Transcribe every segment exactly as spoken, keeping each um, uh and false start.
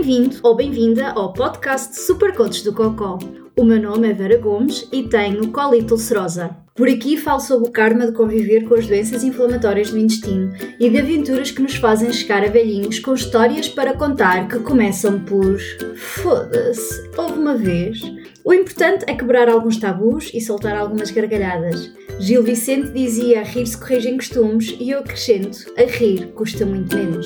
Bem-vindo ou bem-vinda ao podcast Supercoach do Cocó. O meu nome é Vera Gomes e tenho colite ulcerosa. Por aqui falo sobre o karma de conviver com as doenças inflamatórias do intestino e de aventuras que nos fazem chegar a velhinhos com histórias para contar que começam por... Foda-se, houve uma vez... O importante é quebrar alguns tabus e soltar algumas gargalhadas. Gil Vicente dizia: a rir se corrigem costumes, e eu acrescento: a rir custa muito menos.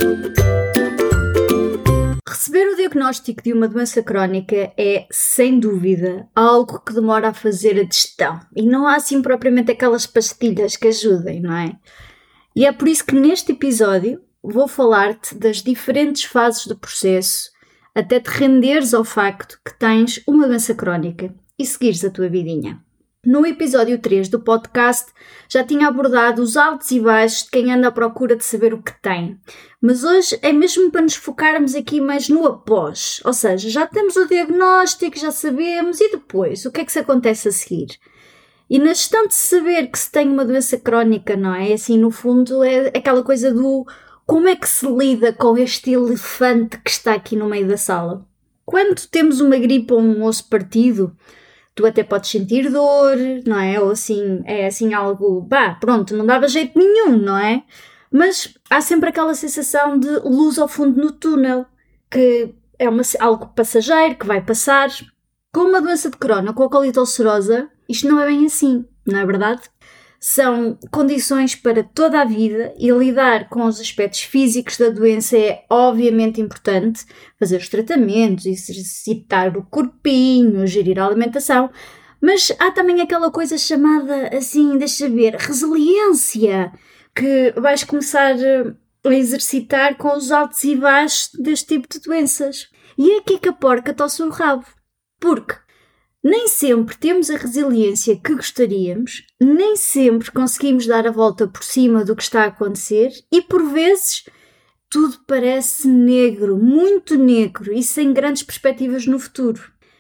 Receber o diagnóstico de uma doença crónica é, sem dúvida, algo que demora a fazer a digestão. E não há assim propriamente aquelas pastilhas que ajudem, não é? E é por isso que neste episódio vou falar-te das diferentes fases do processo até te renderes ao facto que tens uma doença crónica e seguires a tua vidinha. No episódio três do podcast já tinha abordado os altos e baixos de quem anda à procura de saber o que tem. Mas hoje é mesmo para nos focarmos aqui mais no após. Ou seja, já temos o diagnóstico, já sabemos, e depois? O que é que se acontece a seguir? E na gestão de saber que se tem uma doença crónica, não é? Assim, no fundo, é aquela coisa do... Como é que se lida com este elefante que está aqui no meio da sala? Quando temos uma gripe ou um osso partido, tu até podes sentir dor, não é? Ou assim, é assim algo, bah, pronto, não dava jeito nenhum, não é? Mas há sempre aquela sensação de luz ao fundo no túnel, que é uma, algo passageiro, que vai passar. Com uma doença de Crohn ou com a colite ulcerosa, isto não é bem assim, não é verdade? São condições para toda a vida e lidar com os aspectos físicos da doença é obviamente importante. Fazer os tratamentos, exercitar o corpinho, gerir a alimentação, mas há também aquela coisa chamada, assim, deixa ver, resiliência, que vais começar a exercitar com os altos e baixos deste tipo de doenças. E é aqui que a porca tosse o rabo, porque nem sempre temos a resiliência que gostaríamos, nem sempre conseguimos dar a volta por cima do que está a acontecer e, por vezes, tudo parece negro, muito negro e sem grandes perspectivas no futuro.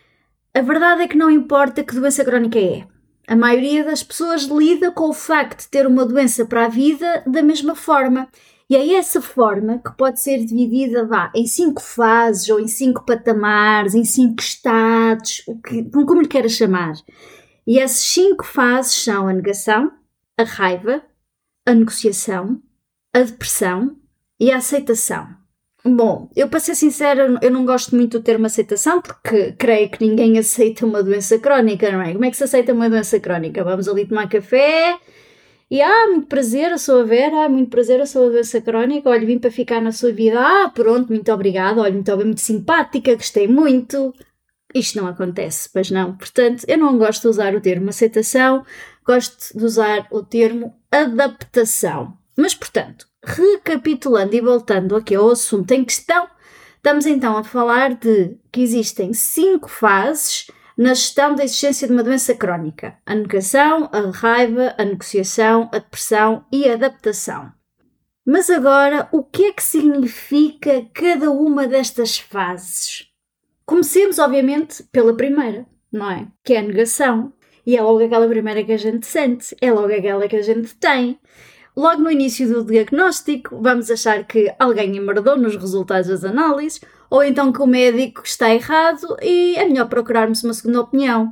A verdade é que não importa que doença crónica é. A maioria das pessoas lida com o facto de ter uma doença para a vida da mesma forma. E é essa forma que pode ser dividida vá, em cinco fases, ou em cinco patamares, em cinco estados, o que, como lhe queiras chamar. E essas cinco fases são a negação, a raiva, a negociação, a depressão e a aceitação. Bom, eu para ser sincera, eu não gosto muito do termo aceitação, porque creio que ninguém aceita uma doença crónica, não é? Como é que se aceita uma doença crónica? Vamos ali tomar café... E, ah, muito prazer, eu sou a Vera, ah, muito prazer, eu sou a doença crónica, olha, vim para ficar na sua vida, ah, pronto, muito obrigada, olha, muito, muito simpática, gostei muito. Isto não acontece, pois não. Portanto, eu não gosto de usar o termo aceitação, gosto de usar o termo adaptação. Mas, portanto, recapitulando e voltando aqui ao assunto em questão, estamos então a falar de que existem cinco fases na gestão da existência de uma doença crónica: a negação, a raiva, a negociação, a depressão e a adaptação. Mas agora, o que é que significa cada uma destas fases? Comecemos, obviamente, pela primeira, não é? Que é a negação. E é logo aquela primeira que a gente sente, é logo aquela que a gente tem. Logo no início do diagnóstico, vamos achar que alguém emerdou nos resultados das análises, ou então que o médico está errado e é melhor procurarmos uma segunda opinião.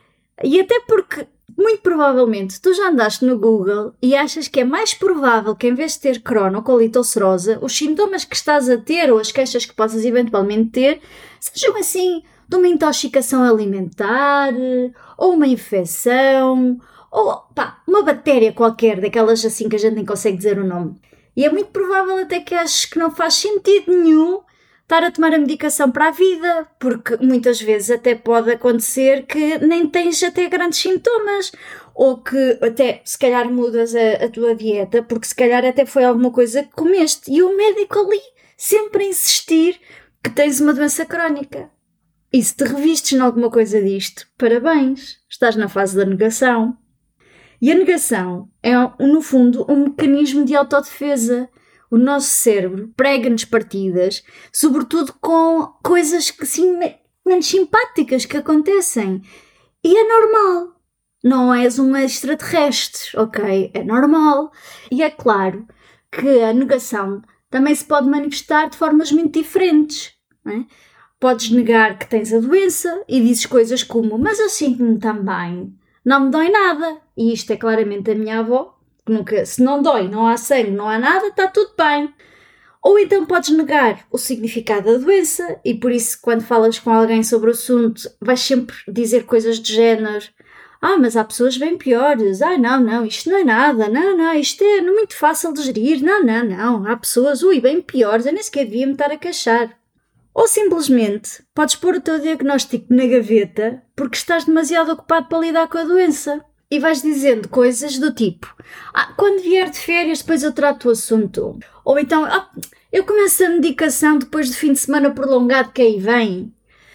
E até porque, muito provavelmente, tu já andaste no Google e achas que é mais provável que, em vez de ter Crohn ou colite ulcerosa, os sintomas que estás a ter ou as queixas que possas eventualmente ter sejam assim de uma intoxicação alimentar ou uma infecção ou pá, uma bactéria qualquer, daquelas assim que a gente nem consegue dizer o nome. E é muito provável até que aches que não faz sentido nenhum estar a tomar a medicação para a vida, porque muitas vezes até pode acontecer que nem tens até grandes sintomas, ou que até se calhar mudas a, a tua dieta, porque se calhar até foi alguma coisa que comeste, e o médico ali sempre a insistir que tens uma doença crónica. E se te revistes em alguma coisa disto, parabéns, estás na fase da negação. E a negação é, no fundo, um mecanismo de autodefesa. O nosso cérebro prega-nos partidas, sobretudo com coisas que, assim, menos simpáticas que acontecem. E é normal. Não és um extraterrestre, ok? É normal. E é claro que a negação também se pode manifestar de formas muito diferentes. não é? Podes negar que tens a doença e dizes coisas como mas eu sinto-me tão bem, não me dói nada. E isto é claramente a minha avó, que nunca, se não dói, não há sangue, não há nada, está tudo bem. Ou então podes negar o significado da doença e por isso quando falas com alguém sobre o assunto vais sempre dizer coisas de género ah, mas há pessoas bem piores, ah, não, não, isto não é nada, não, não, isto é muito fácil de gerir, não, não, não, há pessoas, ui, bem piores, eu nem sequer devia me estar a queixar. Ou simplesmente podes pôr o teu diagnóstico na gaveta porque estás demasiado ocupado para lidar com a doença. E vais dizendo coisas do tipo ah, quando vier de férias depois eu trato o assunto. Ou então, ah, eu começo a medicação depois do fim de semana prolongado que aí vem.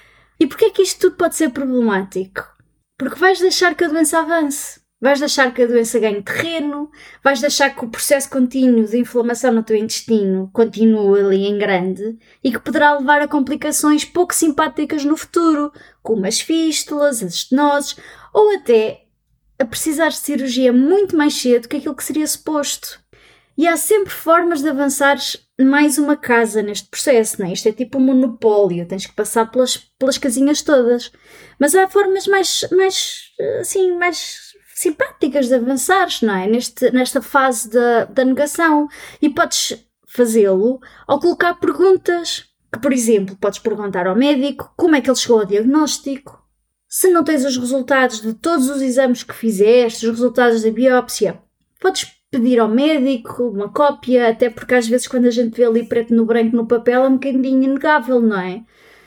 E porquê é que isto tudo pode ser problemático? Porque vais deixar que a doença avance. Vais deixar que a doença ganhe terreno, vais deixar que o processo contínuo de inflamação no teu intestino continue ali em grande e que poderá levar a complicações pouco simpáticas no futuro, como as fístulas, as estenoses ou até a precisar de cirurgia muito mais cedo que aquilo que seria suposto. E há sempre formas de avançares mais uma casa neste processo, não é? Isto é tipo um monopólio, tens que passar pelas, pelas casinhas todas. Mas há formas mais, mais, assim, mais simpáticas de avançares, não é? Neste, nesta fase da, da negação. E podes fazê-lo ao colocar perguntas. Que, por exemplo, podes perguntar ao médico como é que ele chegou ao diagnóstico. Se não tens os resultados de todos os exames que fizeste, os resultados da biópsia, podes pedir ao médico uma cópia, até porque às vezes quando a gente vê ali preto no branco no papel é um bocadinho inegável, não é?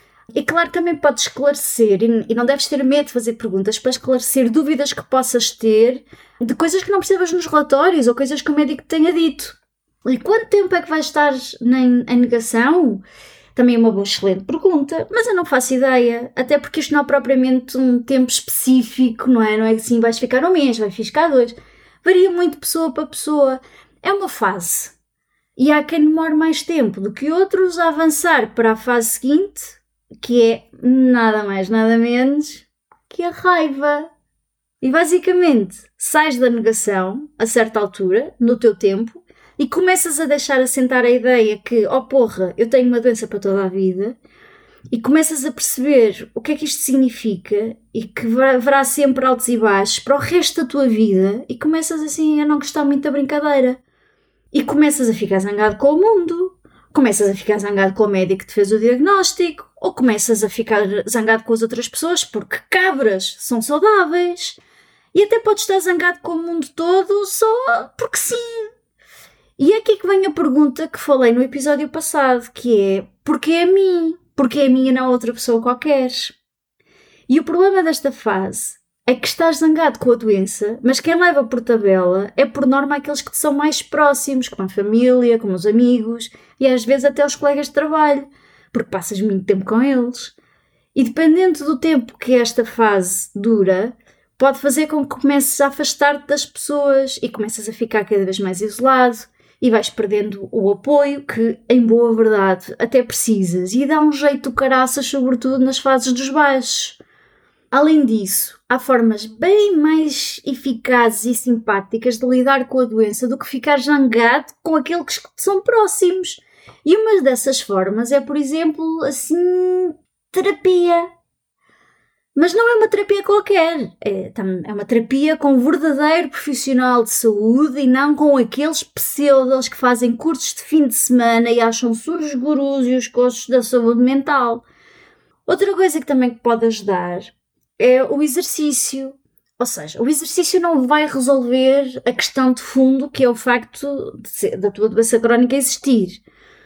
E claro, também podes esclarecer, e não deves ter medo de fazer perguntas para esclarecer dúvidas que possas ter de coisas que não percebas nos relatórios ou coisas que o médico tenha dito. E quanto tempo é que vais estar em negação? Também é uma boa, excelente pergunta, mas eu não faço ideia, até porque isto não é propriamente um tempo específico, não é? Não é assim, vais ficar um mês, vais ficar dois. Varia muito de pessoa para pessoa. É uma fase. E há quem demore mais tempo do que outros a avançar para a fase seguinte, que é nada mais, nada menos que a raiva. E basicamente, sais da negação, a certa altura, no teu tempo, e começas a deixar assentar a ideia que, oh porra, eu tenho uma doença para toda a vida, e começas a perceber o que é que isto significa e que haverá sempre altos e baixos para o resto da tua vida, e começas assim a não gostar muito da brincadeira. E começas a ficar zangado com o mundo, começas a ficar zangado com o médico que te fez o diagnóstico, ou começas a ficar zangado com as outras pessoas porque cabras são saudáveis, e até podes estar zangado com o mundo todo só porque sim. E é aqui que vem a pergunta que falei no episódio passado, que é, porquê a mim? Porquê a mim e não a outra pessoa qualquer? E o problema desta fase é que estás zangado com a doença, mas quem leva por tabela é por norma aqueles que te são mais próximos, como a família, como os amigos e às vezes até os colegas de trabalho, porque passas muito tempo com eles. E dependendo do tempo que esta fase dura, pode fazer com que comeces a afastar-te das pessoas e começas a ficar cada vez mais isolado e vais perdendo o apoio que, em boa verdade, até precisas e dá um jeito do caraças, sobretudo nas fases dos baixos. Além disso, há formas bem mais eficazes e simpáticas de lidar com a doença do que ficar zangado com aqueles que te são próximos. E uma dessas formas é, por exemplo, assim, terapia. Mas não é uma terapia qualquer, é, é uma terapia com um verdadeiro profissional de saúde e não com aqueles pseudos que fazem cursos de fim de semana e acham-se os gurus e os coaches da saúde mental. Outra coisa que também pode ajudar é o exercício. Ou seja, o exercício não vai resolver a questão de fundo, que é o facto de ser, da tua doença crónica existir.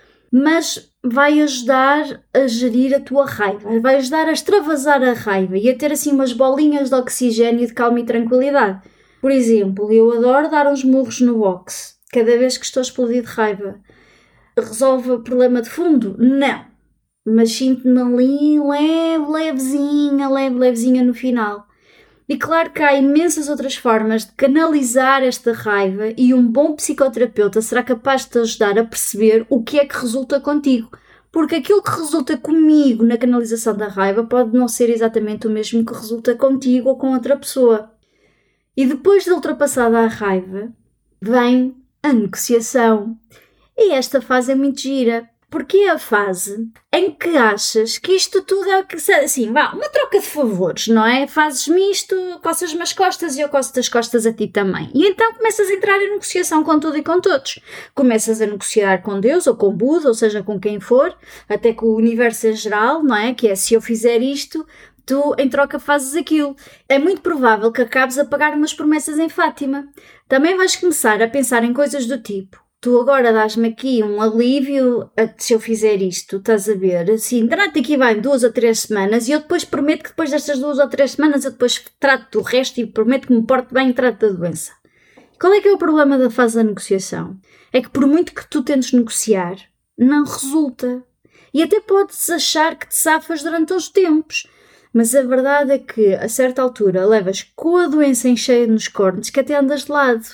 Mas vai ajudar a gerir a tua raiva, vai ajudar a extravasar a raiva e a ter assim umas bolinhas de oxigênio, de calma e tranquilidade. Por exemplo, eu adoro dar uns murros no boxe, cada vez que estou a explodir de raiva. Resolve o problema de fundo? Não. Mas sinto-me ali leve, levezinha, leve, levezinha no final. E claro que há imensas outras formas de canalizar esta raiva e um bom psicoterapeuta será capaz de te ajudar a perceber o que é que resulta contigo. Porque aquilo que resulta comigo na canalização da raiva pode não ser exatamente o mesmo que resulta contigo ou com outra pessoa. E depois de ultrapassada a raiva, vem a negociação. E esta fase é muito gira, Porque é a fase em que achas que isto tudo é assim, vá, uma troca de favores, não é? Fazes-me isto, coças-me as costas e eu coço as costas a ti também. E então começas a entrar em negociação com tudo e com todos. Começas a negociar com Deus ou com Buda, ou seja, com quem for, até com o universo em geral, não é? Que é, se eu fizer isto, tu em troca fazes aquilo. É muito provável que acabes a pagar umas promessas em Fátima. Também vais começar a pensar em coisas do tipo: tu agora dás-me aqui um alívio se eu fizer isto, estás a ver? Assim, durante aqui vai duas ou três semanas e eu depois prometo que depois destas duas ou três semanas eu depois trato do resto e prometo que me porto bem e trato da doença. Qual é que é o problema da fase da negociação? É que por muito que tu tentes negociar, não resulta. E até podes achar que te safas durante uns tempos. Mas a verdade é que, a certa altura, levas com a doença em cheio nos cornos que até andas de lado.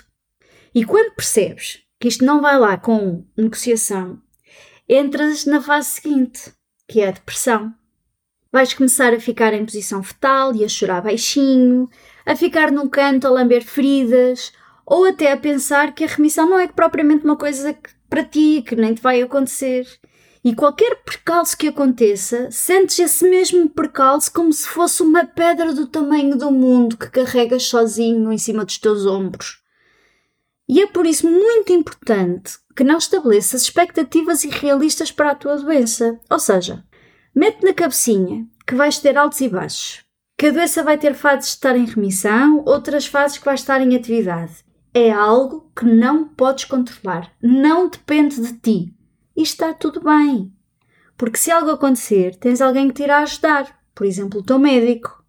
E quando percebes que isto não vai lá com negociação, entras na fase seguinte, que é a depressão. Vais começar a ficar em posição fetal e a chorar baixinho, a ficar num canto a lamber feridas, ou até a pensar que a remissão não é propriamente uma coisa que, para ti, que nem te vai acontecer. E qualquer percalço que aconteça, sentes esse mesmo percalço como se fosse uma pedra do tamanho do mundo que carregas sozinho em cima dos teus ombros. E é por isso muito importante que não estabeleças expectativas irrealistas para a tua doença. Ou seja, mete na cabecinha que vais ter altos e baixos, que a doença vai ter fases de estar em remissão, outras fases que vai estar em atividade. É algo que não podes controlar, não depende de ti. E está tudo bem. Porque se algo acontecer, tens alguém que te irá ajudar, por exemplo, o teu médico.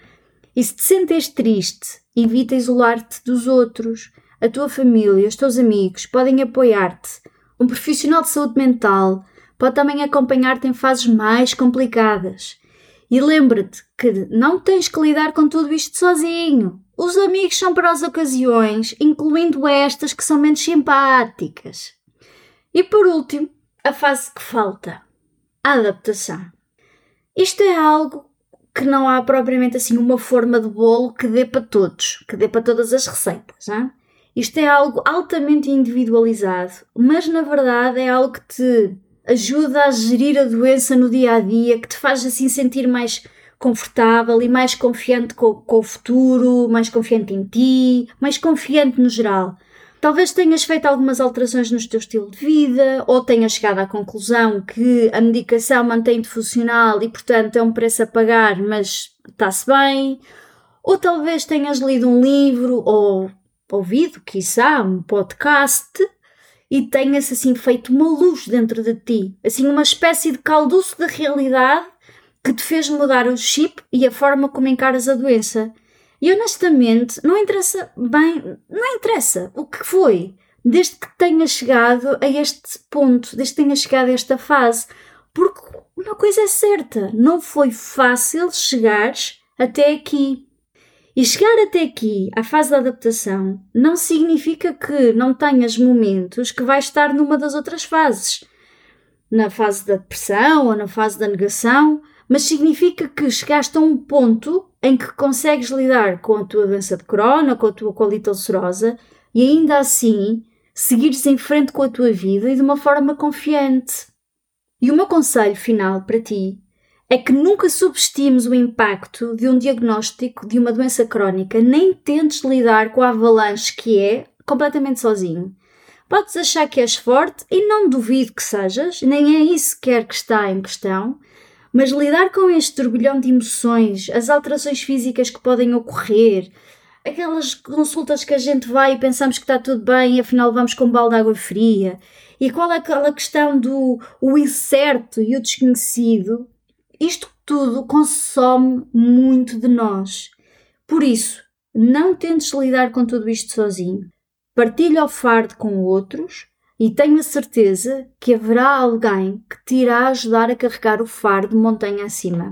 E se te sentes triste, evita isolar-te dos outros. A tua família, os teus amigos podem apoiar-te. Um profissional de saúde mental pode também acompanhar-te em fases mais complicadas. E lembra-te que não tens que lidar com tudo isto sozinho. Os amigos são para as ocasiões, incluindo estas que são menos simpáticas. E por último, a fase que falta, a adaptação. Isto é algo que não há propriamente assim uma forma de bolo que dê para todos, que dê para todas as receitas, não é? Isto é algo altamente individualizado, mas na verdade é algo que te ajuda a gerir a doença no dia-a-dia, que te faz assim sentir mais confortável e mais confiante com, com o futuro, mais confiante em ti, mais confiante no geral. Talvez tenhas feito algumas alterações no teu estilo de vida, ou tenhas chegado à conclusão que a medicação mantém-te funcional e, portanto, é um preço a pagar, mas está-se bem. Ou talvez tenhas lido um livro, ou ouvido, quiçá, um podcast, e tenhas, assim, feito uma luz dentro de ti. Assim, uma espécie de calduço da realidade que te fez mudar o chip e a forma como encaras a doença. E honestamente, não interessa bem, não interessa o que foi, desde que tenha chegado a este ponto, desde que tenha chegado a esta fase. Porque uma coisa é certa, não foi fácil chegares até aqui. E chegar até aqui, à fase da adaptação, não significa que não tenhas momentos que vais estar numa das outras fases. Na fase da depressão ou na fase da negação, mas significa que chegaste a um ponto em que consegues lidar com a tua doença de Crohn, com a tua colite ulcerosa e ainda assim seguires em frente com a tua vida e de uma forma confiante. E o meu conselho final para ti é que nunca subestimes o impacto de um diagnóstico de uma doença crónica, nem tentes lidar com a avalanche que é completamente sozinho. Podes achar que és forte e não duvido que sejas, nem é isso sequer que está em questão, mas lidar com este turbilhão de emoções, as alterações físicas que podem ocorrer, aquelas consultas que a gente vai e pensamos que está tudo bem e afinal vamos com um balde de água fria, e qual é aquela questão do o incerto e o desconhecido, isto tudo consome muito de nós. Por isso, não tentes lidar com tudo isto sozinho. Partilha o fardo com outros e tenho a certeza que haverá alguém que te irá ajudar a carregar o fardo de montanha acima.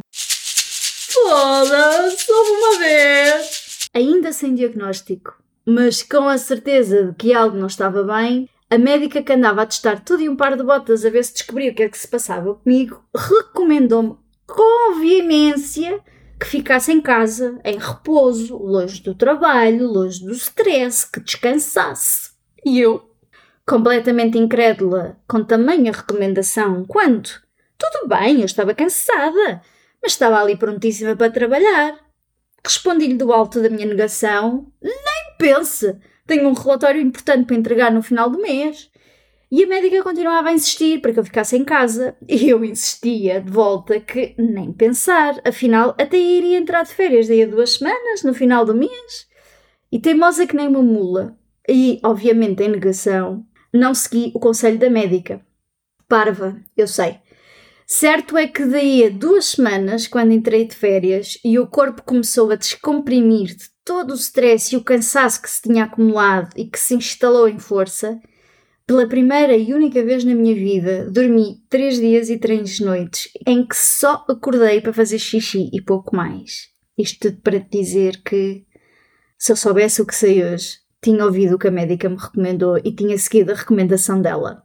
Foda-se, houve uma vez! Ainda sem diagnóstico, mas com a certeza de que algo não estava bem, a médica que andava a testar tudo e um par de botas a ver se descobria o que é que se passava comigo, recomendou-me com veemência que ficasse em casa, em repouso, longe do trabalho, longe do stress, que descansasse. E eu, completamente incrédula com tamanha recomendação, quando, tudo bem, eu estava cansada, mas estava ali prontíssima para trabalhar. Respondi-lhe do alto da minha negação: nem pense, tenho um relatório importante para entregar no final do mês. E a médica continuava a insistir para que eu ficasse em casa. E eu insistia de volta que nem pensar, afinal até iria entrar de férias daí a duas semanas, no final do mês. E teimosa que nem uma mula, e obviamente em negação, não segui o conselho da médica. Parva, eu sei. Certo é que daí a duas semanas, quando entrei de férias e o corpo começou a descomprimir de todo o stress e o cansaço que se tinha acumulado e que se instalou em força, pela primeira e única vez na minha vida, dormi três dias e três noites em que só acordei para fazer xixi e pouco mais. Isto tudo para te dizer que, se eu soubesse o que sei hoje, tinha ouvido o que a médica me recomendou e tinha seguido a recomendação dela.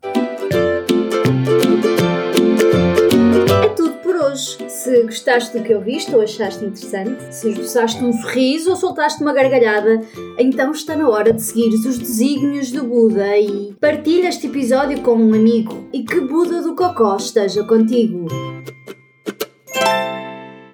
É tudo por hoje. Se gostaste do que ouviste ou achaste interessante, se esboçaste um sorriso ou soltaste uma gargalhada, então está na hora de seguires os desígnios do Buda e partilha este episódio com um amigo e que Buda do Cocó esteja contigo.